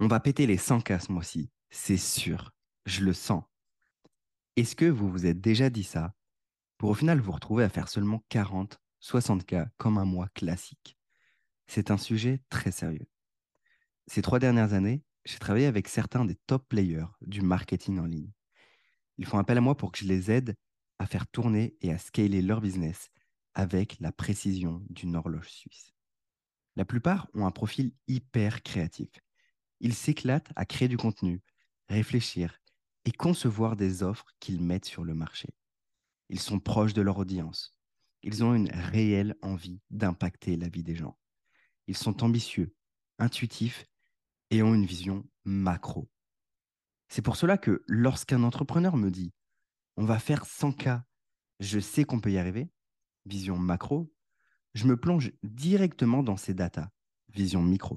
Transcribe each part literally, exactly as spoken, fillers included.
On va péter les cent K ce mois-ci, c'est sûr. Je le sens. Est-ce que vous vous êtes déjà dit ça pour au final vous retrouver à faire seulement quarante, soixante K comme un mois classique? C'est un sujet très sérieux. Ces trois dernières années, j'ai travaillé avec certains des top players du marketing en ligne. Ils font appel à moi pour que je les aide à faire tourner et à scaler leur business avec la précision d'une horloge suisse. La plupart ont un profil hyper créatif. Ils s'éclatent à créer du contenu, réfléchir et concevoir des offres qu'ils mettent sur le marché. Ils sont proches de leur audience. Ils ont une réelle envie d'impacter la vie des gens. Ils sont ambitieux, intuitifs et ont une vision macro. C'est pour cela que lorsqu'un entrepreneur me dit on va faire cent K, je sais qu'on peut y arriver, vision macro, je me plonge directement dans ces datas, vision micro.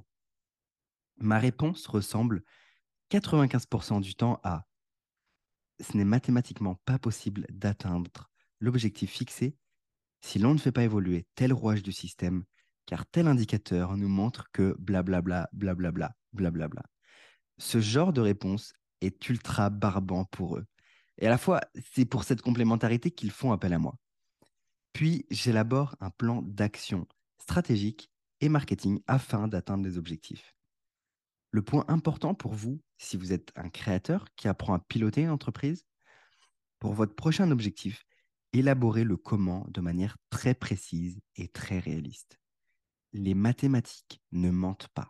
Ma réponse ressemble quatre-vingt-quinze pour cent du temps à ce n'est mathématiquement pas possible d'atteindre l'objectif fixé si l'on ne fait pas évoluer tel rouage du système, car tel indicateur nous montre que blablabla, blablabla, blablabla. Ce genre de réponse est ultra barbant pour eux. Et à la fois, c'est pour cette complémentarité qu'ils font appel à moi. Puis, j'élabore un plan d'action stratégique et marketing afin d'atteindre les objectifs. Le point important pour vous, si vous êtes un créateur qui apprend à piloter une entreprise, pour votre prochain objectif, élaborez le comment de manière très précise et très réaliste. Les mathématiques ne mentent pas.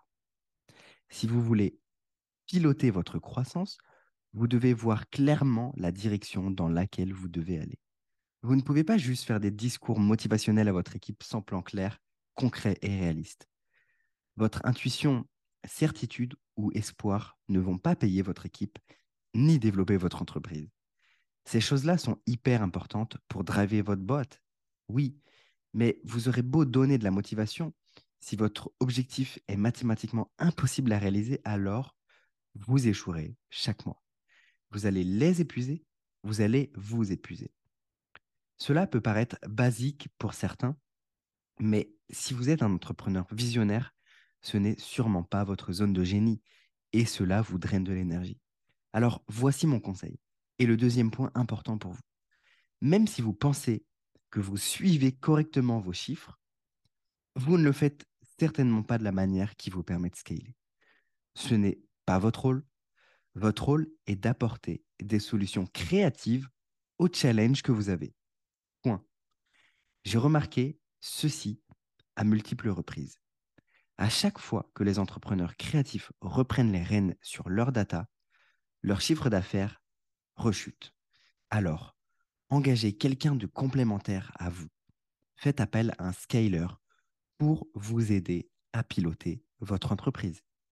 Si vous voulez piloter votre croissance, vous devez voir clairement la direction dans laquelle vous devez aller. Vous ne pouvez pas juste faire des discours motivationnels à votre équipe sans plan clair, concret et réaliste. Votre intuition, certitude ou espoir ne vont pas payer votre équipe ni développer votre entreprise. Ces choses-là sont hyper importantes pour driver votre boîte. Oui, mais vous aurez beau donner de la motivation, si votre objectif est mathématiquement impossible à réaliser, alors vous échouerez chaque mois. Vous allez les épuiser, vous allez vous épuiser. Cela peut paraître basique pour certains, mais si vous êtes un entrepreneur visionnaire, ce n'est sûrement pas votre zone de génie et cela vous draine de l'énergie. Alors voici mon conseil et le deuxième point important pour vous. Même si vous pensez que vous suivez correctement vos chiffres, vous ne le faites certainement pas de la manière qui vous permet de scaler. Ce n'est pas votre rôle. Votre rôle est d'apporter des solutions créatives aux challenges que vous avez. Point. J'ai remarqué ceci à multiples reprises. À chaque fois que les entrepreneurs créatifs reprennent les rênes sur leur data, leur chiffre d'affaires rechute. Alors, engagez quelqu'un de complémentaire à vous. Faites appel à un scaler pour vous aider à piloter votre entreprise.